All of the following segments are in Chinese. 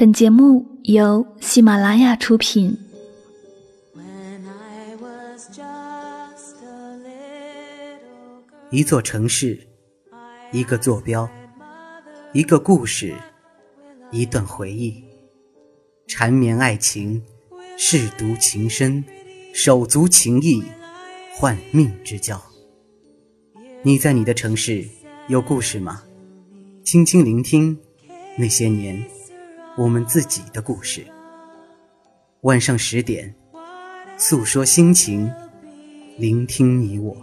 本节目由喜马拉雅出品。 一座城市，一个坐标，一个故事，一段回忆，缠绵爱情，舐犊情深，手足情谊，换命之交。你在你的城市有故事吗？轻轻聆听那些年我们自己的故事。晚上10点，诉说心情，聆听你我。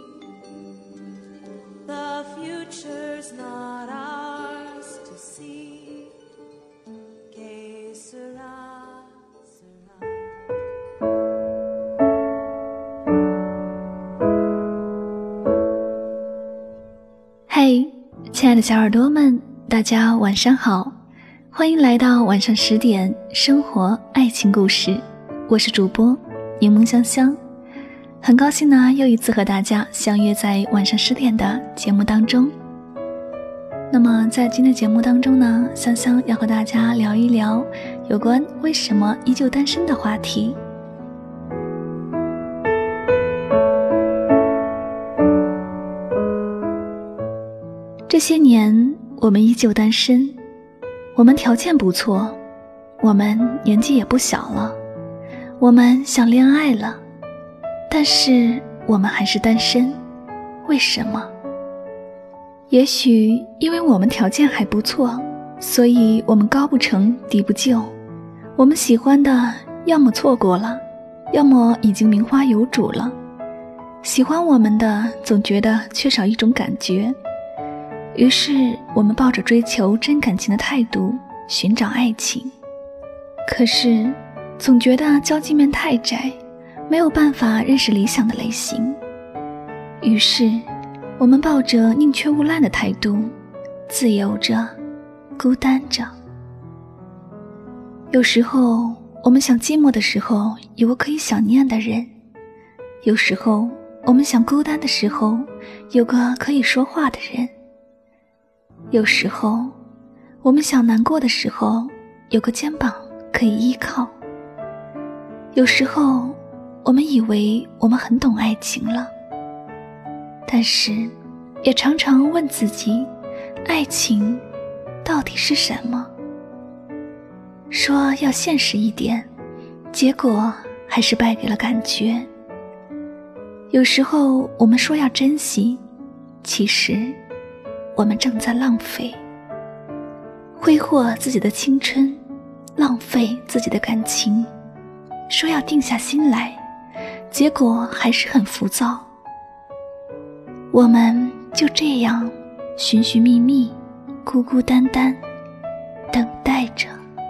嘿，亲爱的小耳朵们，大家晚上好，欢迎来到晚上10点生活爱情故事，我是主播柠檬香香，很高兴呢又一次和大家相约在晚上10点的节目当中。那么在今天的节目当中呢，香香要和大家聊一聊有关为什么依旧单身的话题。这些年我们依旧单身，我们条件不错，我们年纪也不小了，我们想恋爱了，但是我们还是单身，为什么？也许因为我们条件还不错，所以我们高不成低不就，我们喜欢的要么错过了，要么已经名花有主了，喜欢我们的总觉得缺少一种感觉，于是我们抱着追求真感情的态度寻找爱情，可是总觉得交际面太窄，没有办法认识理想的类型，于是我们抱着宁缺毋滥的态度，自由着，孤单着。有时候我们想寂寞的时候有个可以想念的人，有时候我们想孤单的时候有个可以说话的人，有时候我们想难过的时候有个肩膀可以依靠，有时候我们以为我们很懂爱情了，但是也常常问自己，爱情到底是什么？说要现实一点，结果还是败给了感觉。有时候我们说要珍惜，其实我们正在浪费，挥霍自己的青春，浪费自己的感情，说要定下心来，结果还是很浮躁。我们就这样寻寻觅觅，孤孤单单，等待着。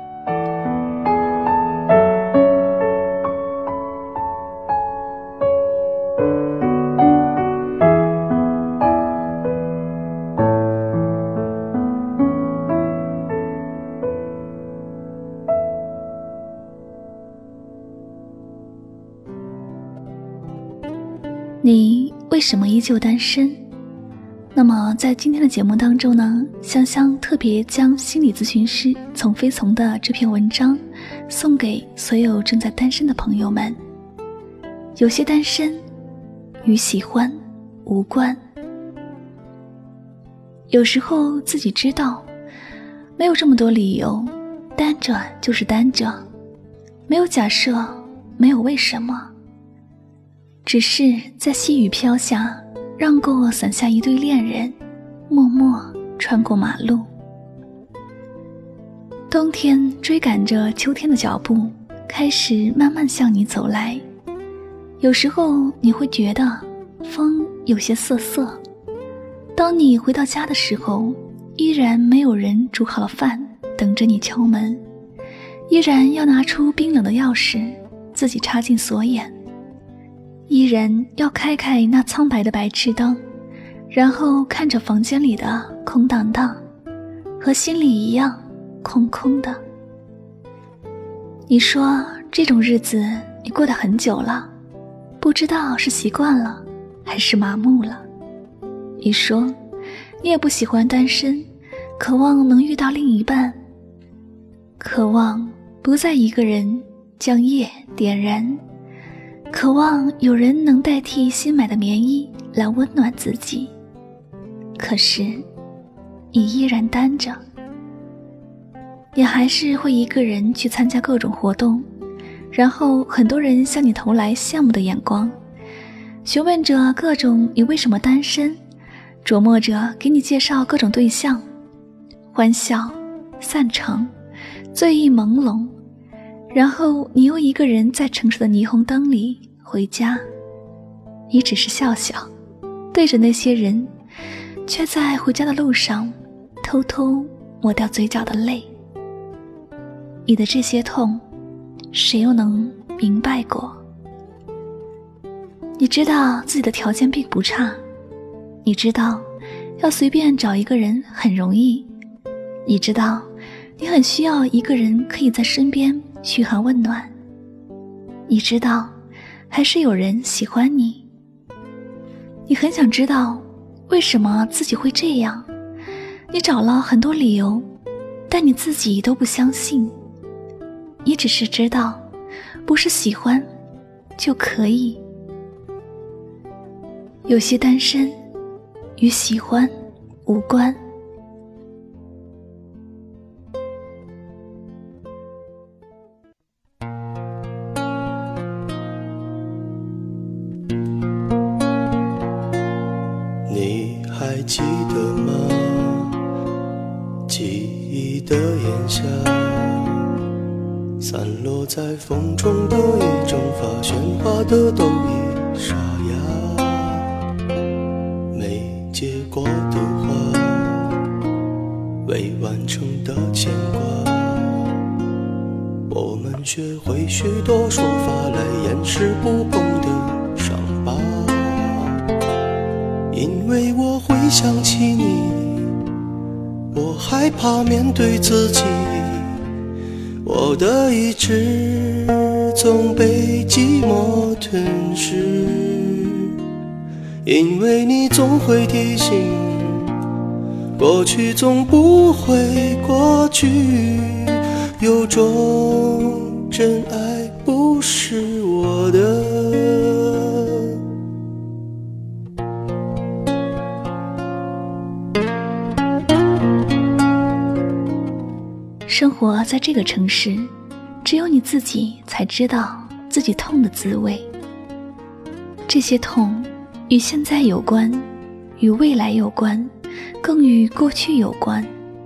你为什么依旧单身？那么在今天的节目当中呢，香香特别将心理咨询师从飞从的这篇文章送给所有正在单身的朋友们。有些单身与喜欢无关，有时候自己知道没有这么多理由，单着就是单着，没有假设，没有为什么，只是在细雨飘下，让过伞下一对恋人，默默穿过马路。冬天追赶着秋天的脚步，开始慢慢向你走来。有时候你会觉得风有些涩涩，当你回到家的时候，依然没有人煮好了饭等着你敲门，依然要拿出冰冷的钥匙自己插进锁眼，依然要开那苍白的白炽灯，然后看着房间里的空荡荡，和心里一样空空的。你说这种日子你过得很久了，不知道是习惯了还是麻木了。你说你也不喜欢单身，渴望能遇到另一半， 渴望不再一个人将夜点燃，渴望有人能代替新买的棉衣来温暖自己。可是你依然单着，也还是会一个人去参加各种活动，然后很多人向你投来羡慕的眼光，询问着各种你为什么单身，琢磨着给你介绍各种对象，欢笑散场，醉意朦胧，然后你又一个人在城市的霓虹灯里回家。你只是笑笑对着那些人，却在回家的路上偷偷抹掉嘴角的泪。你的这些痛，谁又能明白过？你知道自己的条件并不差，你知道要随便找一个人很容易，你知道你很需要一个人可以在身边嘘寒问暖，你知道还是有人喜欢你。你很想知道为什么自己会这样，你找了很多理由，但你自己都不相信。你只是知道不是喜欢就可以。有些单身与喜欢无关。 你还记得吗？记忆的炎夏，散落在风中的一整发，喧哗的都已沙哑，没结果的花，未完成的牵挂，我们学会许多说法来掩饰不碰的伤疤，因为我会想起你，我害怕面对自己，我的意志总被寂寞吞噬，因为你总会提醒，过去总不会过去，有种真爱不是我的。 生活在这个城市，只有你自己才知道自己痛的滋味。这些痛与现在有关，与未来有关，更与过去有关。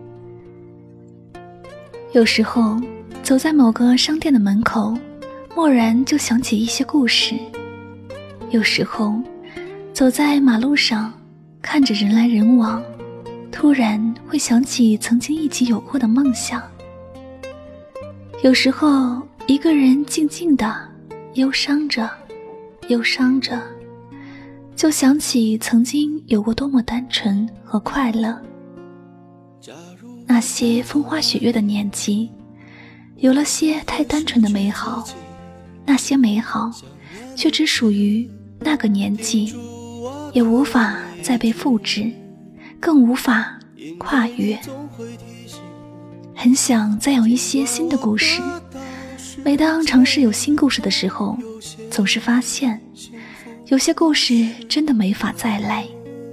有时候走在某个商店的门口，蓦然就想起一些故事。有时候走在马路上，看着人来人往，突然会想起曾经一起有过的梦想。有时候一个人静静地忧伤着，忧伤着，就想起曾经有过多么单纯和快乐。那些风花雪月的年纪，有了些太单纯的美好，那些美好却只属于那个年纪，也无法再被复制，更无法跨越。很想再有一些新的故事，每当尝试有新故事的时候，总是发现有些故事真的没法再来。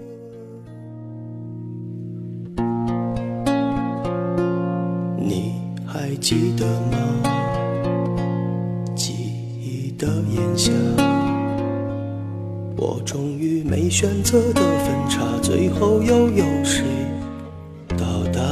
你还记得吗？记忆的炎夏，我终于没选择的分岔，最后又有谁到达？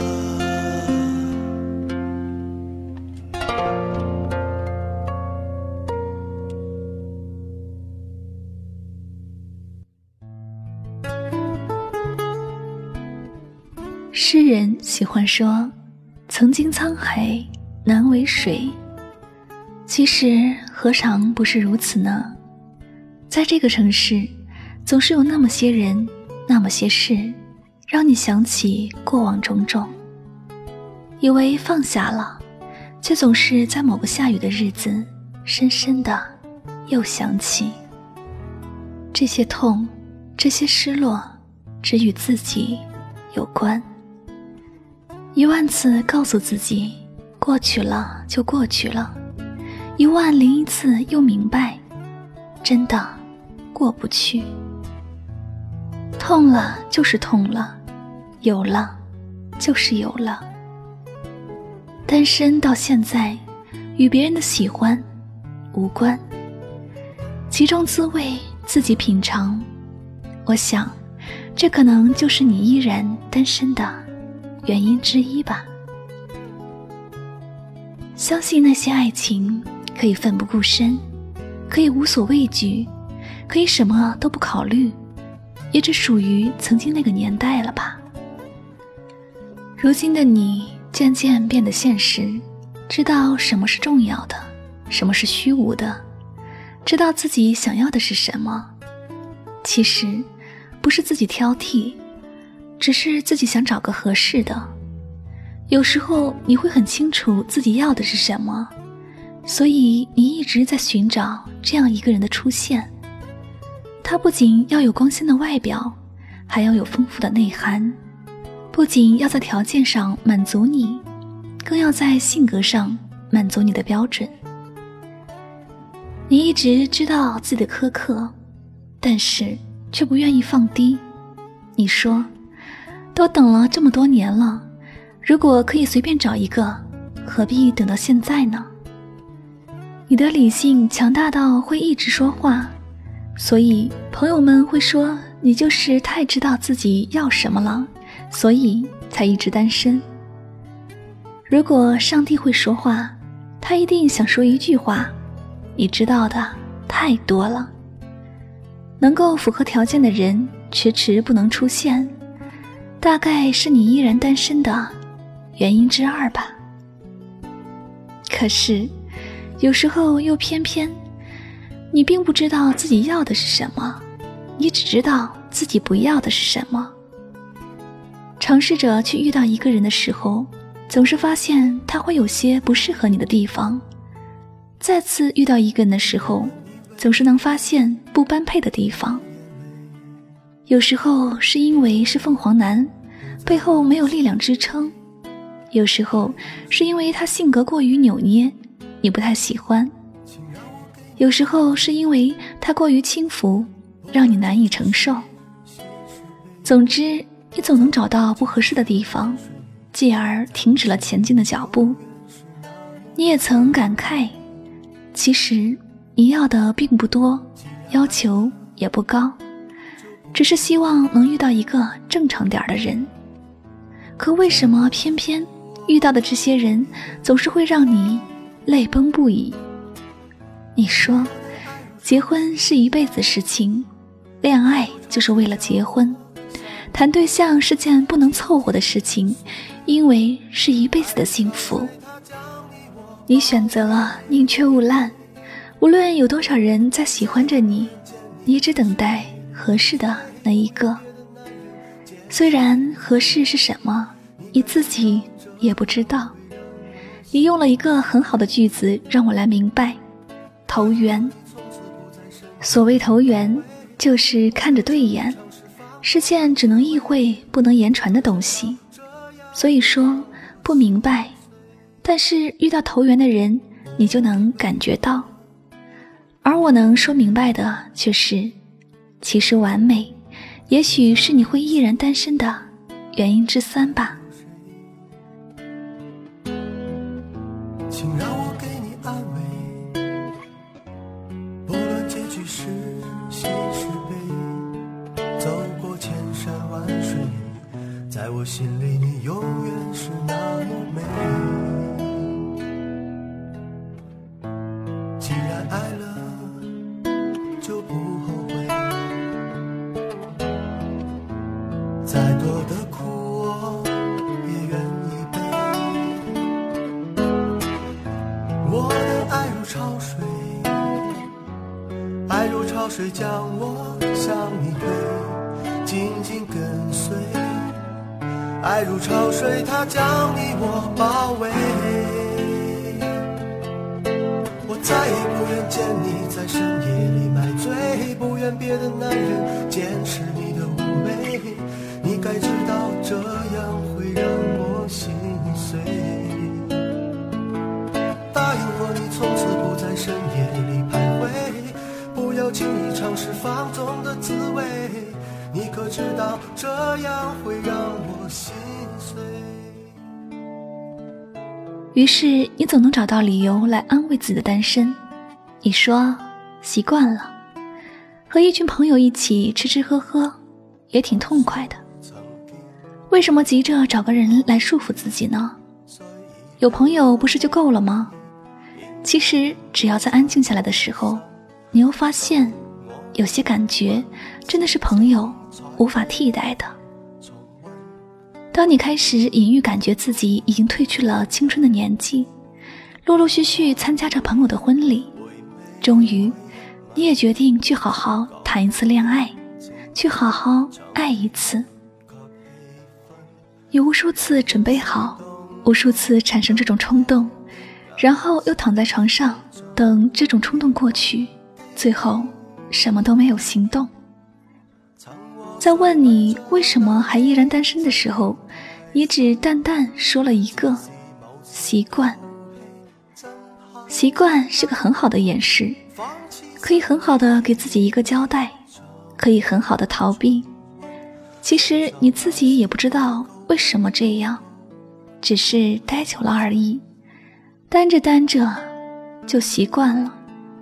诗人喜欢说，曾经沧海难为水，其实何尝不是如此呢？在这个城市，总是有那么些人，那么些事，让你想起过往种种，以为放下了，却总是在某个下雨的日子，深深的又想起。这些痛，这些失落，只与自己有关。1万次告诉自己， 过去了就过去了，10001次又明白，真的过不去。痛了就是痛了，有了就是有了。单身到现在，与别人的喜欢无关，其中滋味自己品尝。我想，这可能就是你依然单身的原因之一吧。相信那些爱情可以奋不顾身，可以无所畏惧，可以什么都不考虑，也只属于曾经那个年代了吧。如今的你渐渐变得现实，知道什么是重要的，什么是虚无的，知道自己想要的是什么。其实不是自己挑剔，只是自己想找个合适的。有时候你会很清楚自己要的是什么，所以你一直在寻找这样一个人的出现。他不仅要有光鲜的外表，还要有丰富的内涵，不仅要在条件上满足你，更要在性格上满足你的标准。你一直知道自己的苛刻，但是却不愿意放低。你说，都等了这么多年了，如果可以随便找一个，何必等到现在呢？你的理性强大到会一直说话，所以朋友们会说你就是太知道自己要什么了，所以才一直单身。如果上帝会说话，他一定想说一句话，你知道的太多了。能够符合条件的人迟迟不能出现，大概是你依然单身的原因之二吧。可是有时候又偏偏你并不知道自己要的是什么，你只知道自己不要的是什么。尝试着去遇到一个人的时候，总是发现他会有些不适合你的地方，再次遇到一个人的时候，总是能发现不般配的地方。有时候是因为是凤凰男，背后没有力量支撑；有时候是因为他性格过于扭捏，你不太喜欢；有时候是因为他过于轻浮，让你难以承受。总之，你总能找到不合适的地方，继而停止了前进的脚步。你也曾感慨，其实你要的并不多，要求也不高，只是希望能遇到一个正常点的人。可为什么偏偏遇到的这些人总是会让你泪崩不已？你说，结婚是一辈子的事情，恋爱就是为了结婚，谈对象是件不能凑合的事情，因为是一辈子的幸福。你选择了宁缺毋滥，无论有多少人在喜欢着你，你只等待合适的那一个。虽然合适是什么，你自己也不知道。你用了一个很好的句子让我来明白，投缘。所谓投缘，就是看着对眼，是件只能意会不能言传的东西。所以说不明白，但是遇到投缘的人，你就能感觉到。而我能说明白的却是，其实完美也许是你会依然单身的原因之三吧。 请让我给你安慰，不论结局是喜是悲，走过千山万水，在我心里你永远是那么美。既然爱了就不后悔，再多的苦我也愿意背。我的爱如潮水，爱如潮水将我向你推，紧紧跟随。爱如潮水，它将你我包围。我再也不愿见你在深夜里买醉，不愿别的男人坚持你的妩媚。你该知道这样会让我心碎。 有轻易尝试放纵的滋味，你可知道这样会让我心碎。 于是你总能找到理由来安慰自己的单身。你说习惯了，和一群朋友一起吃吃喝喝也挺痛快的，为什么急着找个人来束缚自己呢？有朋友不是就够了吗？其实只要在安静下来的时候，你又发现有些感觉真的是朋友无法替代的。当你开始隐约感觉自己已经褪去了青春的年纪，陆陆续续参加着朋友的婚礼，终于你也决定去好好谈一次恋爱，去好好爱一次。你无数次准备好，无数次产生这种冲动，然后又躺在床上等这种冲动过去，最后什么都没有行动。在问你为什么还依然单身的时候，你只淡淡说了一个习惯。习惯是个很好的掩饰，可以很好的给自己一个交代，可以很好的逃避。其实你自己也不知道为什么这样，只是待久了而已，单着单着就习惯了。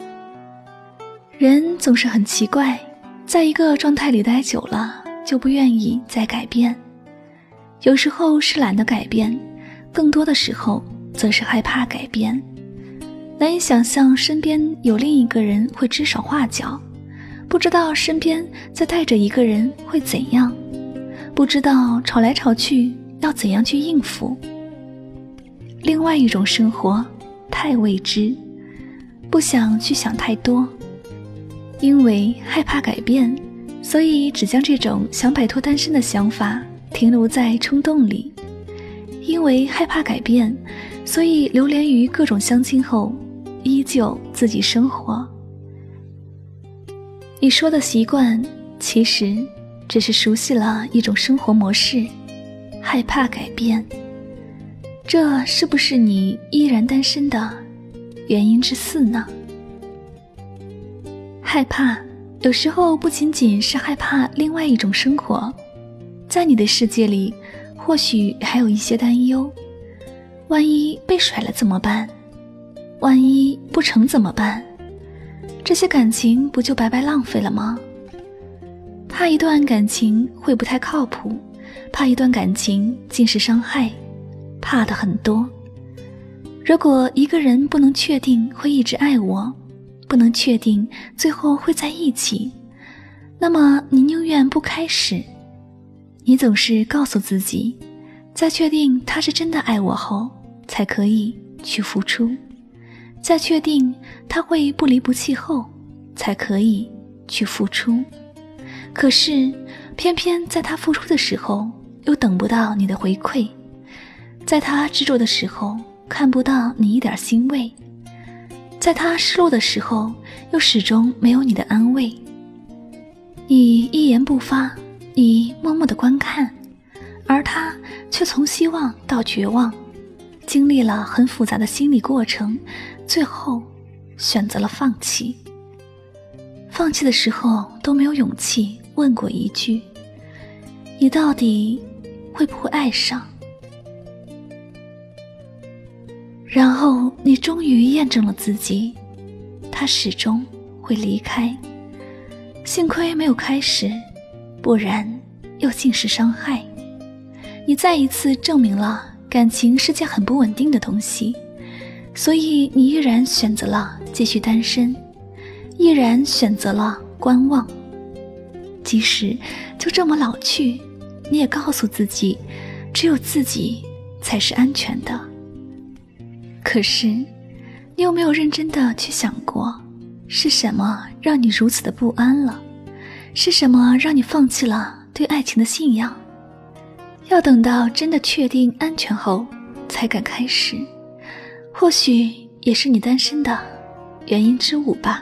人总是很奇怪，在一个状态里待久了就不愿意再改变，有时候是懒得改变，更多的时候则是害怕改变，难以想象身边有另一个人会指手画脚，不知道身边再带着一个人会怎样，不知道吵来吵去要怎样去应付。另外一种生活太未知，不想去想太多，因为害怕改变，所以只将这种想摆脱单身的想法停留在冲动里。因为害怕改变，所以流连于各种相亲后，依旧自己生活。你说的习惯，其实只是熟悉了一种生活模式，害怕改变。这是不是你依然单身的原因之四呢？害怕有时候不仅仅是害怕另外一种生活，在你的世界里或许还有一些担忧，万一被甩了怎么办？万一不成怎么办？这些感情不就白白浪费了吗？怕一段感情会不太靠谱，怕一段感情尽是伤害，怕的很多。如果一个人不能确定会一直爱我，不能确定最后会在一起，那么你宁愿不开始。你总是告诉自己，在确定他是真的爱我后，才可以去付出，在确定他会不离不弃后，才可以去付出。可是偏偏在他付出的时候，又等不到你的回馈，在他执着的时候，看不到你一点欣慰，在他失落的时候，又始终没有你的安慰。你一言不发，你默默地观看，而他却从希望到绝望，经历了很复杂的心理过程，最后选择了放弃。放弃的时候都没有勇气问过一句，你到底会不会爱上？然后你终于验证了自己，他始终会离开。幸亏没有开始，不然又尽是伤害。你再一次证明了感情是件很不稳定的东西，所以你依然选择了继续单身，依然选择了观望。即使就这么老去，你也告诉自己，只有自己才是安全的。可是你有没有认真的去想过，是什么让你如此的不安了？是什么让你放弃了对爱情的信仰？要等到真的确定安全后才敢开始，或许也是你单身的原因之五吧。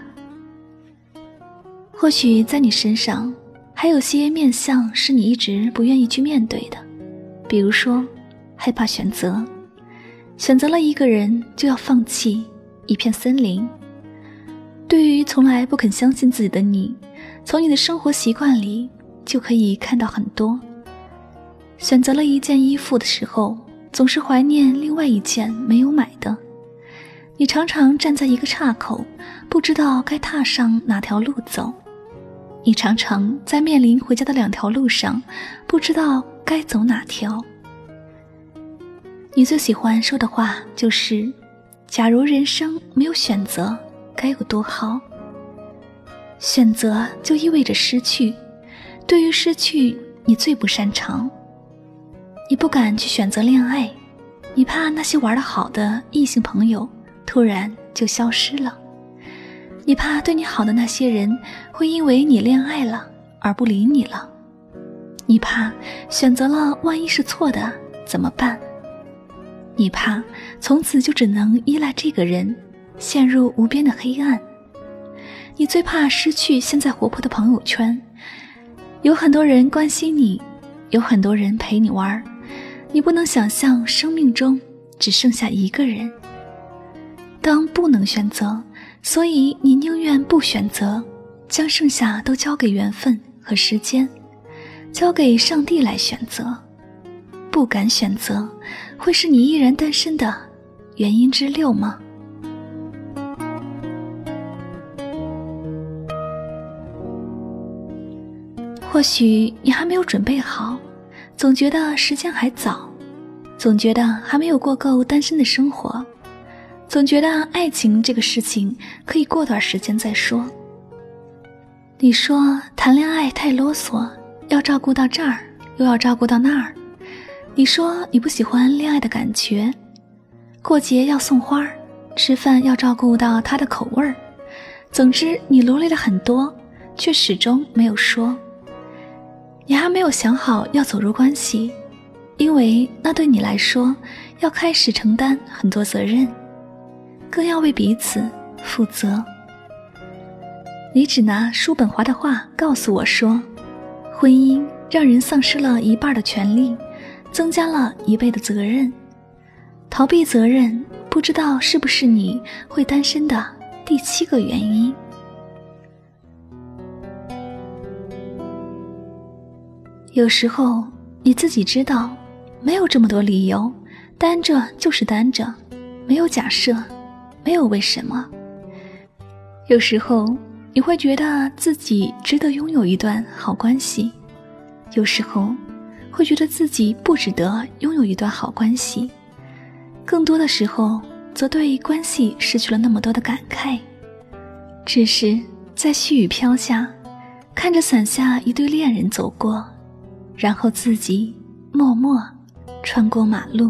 或许在你身上还有些面向是你一直不愿意去面对的，比如说害怕选择，选择了一个人就要放弃一片森林。 对于从来不肯相信自己的你，从你的生活习惯里就可以看到很多。选择了一件衣服的时候，总是怀念另外一件没有买的。你常常站在一个岔口，不知道该踏上哪条路走。你常常在面临回家的两条路上，不知道该走哪条。你最喜欢说的话就是假如人生没有选择该有多好。选择就意味着失去，对于失去你最不擅长。你不敢去选择恋爱，你怕那些玩得好的异性朋友突然就消失了，你怕对你好的那些人会因为你恋爱了而不理你了，你怕选择了万一是错的怎么办，你怕从此就只能依赖这个人，陷入无边的黑暗。你最怕失去现在活泼的朋友圈，有很多人关心你，有很多人陪你玩，你不能想象生命中只剩下一个人。当不能选择，所以你宁愿不选择，将剩下都交给缘分和时间，交给上帝来选择。不敢选择，会是你依然单身的原因之6吗？或许你还没有准备好，总觉得时间还早，总觉得还没有过够单身的生活，总觉得爱情这个事情可以过段时间再说。你说谈恋爱太啰嗦，要照顾到这儿又要照顾到那儿。你说你不喜欢恋爱的感觉，过节要送花，吃饭要照顾到他的口味儿。总之你罗列了很多，却始终没有说。你还没有想好要走入关系，因为那对你来说要开始承担很多责任，更要为彼此负责。你只拿叔本华的话告诉我说，婚姻让人丧失了一半的权利，增加了1倍的责任。逃避责任，不知道是不是你会单身的第7个原因。有时候你自己知道，没有这么多理由，单着就是单着，没有假设，没有为什么。有时候你会觉得自己值得拥有一段好关系，有时候会觉得自己不值得拥有一段好关系，更多的时候则对关系失去了那么多的感慨。只是在细雨飘下，看着伞下一对恋人走过，然后自己默默穿过马路。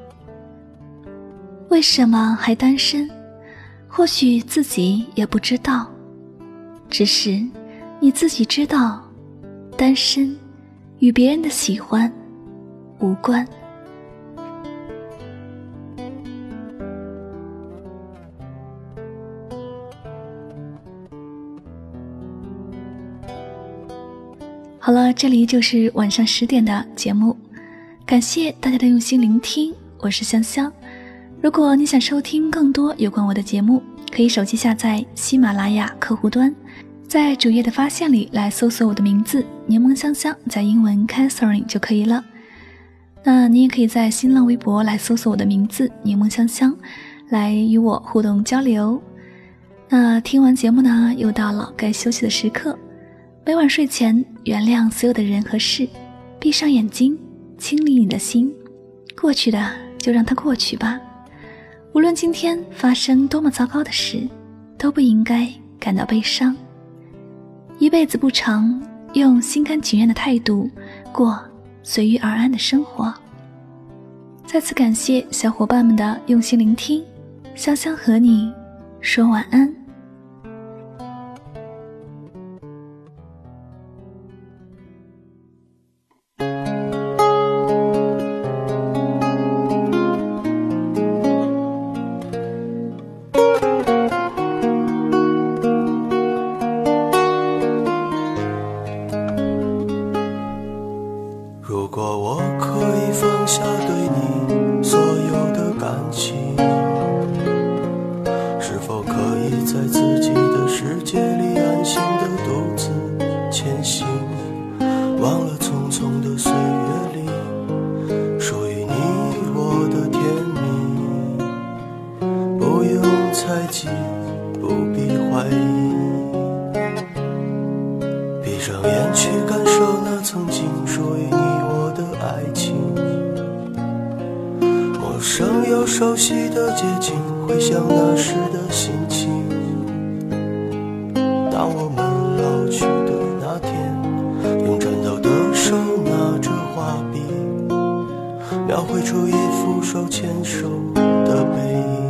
为什么还单身？或许自己也不知道，只是你自己知道，单身与别人的喜欢无关。好了，这里就是晚上10点的节目，感谢大家的用心聆听，我是香香。如果你想收听更多有关我的节目，可以手机下载喜马拉雅客户端，在主页的发现里来搜索我的名字柠檬香香，加英文 Catherine 就可以了。那你也可以在新浪微博来搜索我的名字柠檬香香，来与我互动交流。那听完节目呢，又到了该休息的时刻。每晚睡前，原谅所有的人和事，闭上眼睛，清理你的心，过去的就让它过去吧。无论今天发生多么糟糕的事，都不应该感到悲伤。一辈子不长，用心甘情愿的态度过随遇而安的生活。再次感谢小伙伴们的用心聆听，香香和你说晚安。 如果我可以放下对你所有的感情，是否可以在猜忌，不必怀疑。闭上眼去感受那曾经属于你我的爱情，陌生又熟悉的街景，回想那时的心情。当我们老去的那天，用颤抖的手拿着画笔，描绘出一幅手牵手的背影。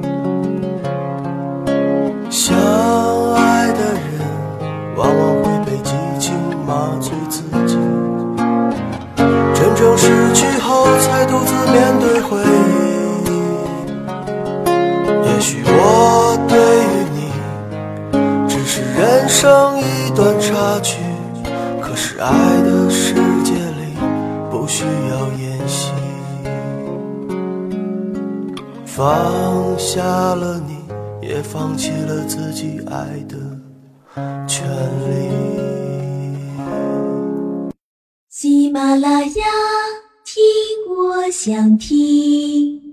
相爱的人往往会被激情麻醉自己，真正失去后才独自面对回忆。也许我对于你只是人生一段插曲，可是爱的世界里不需要演戏。放下了你，也放弃了自己爱的权利。 喜马拉雅，听我想听。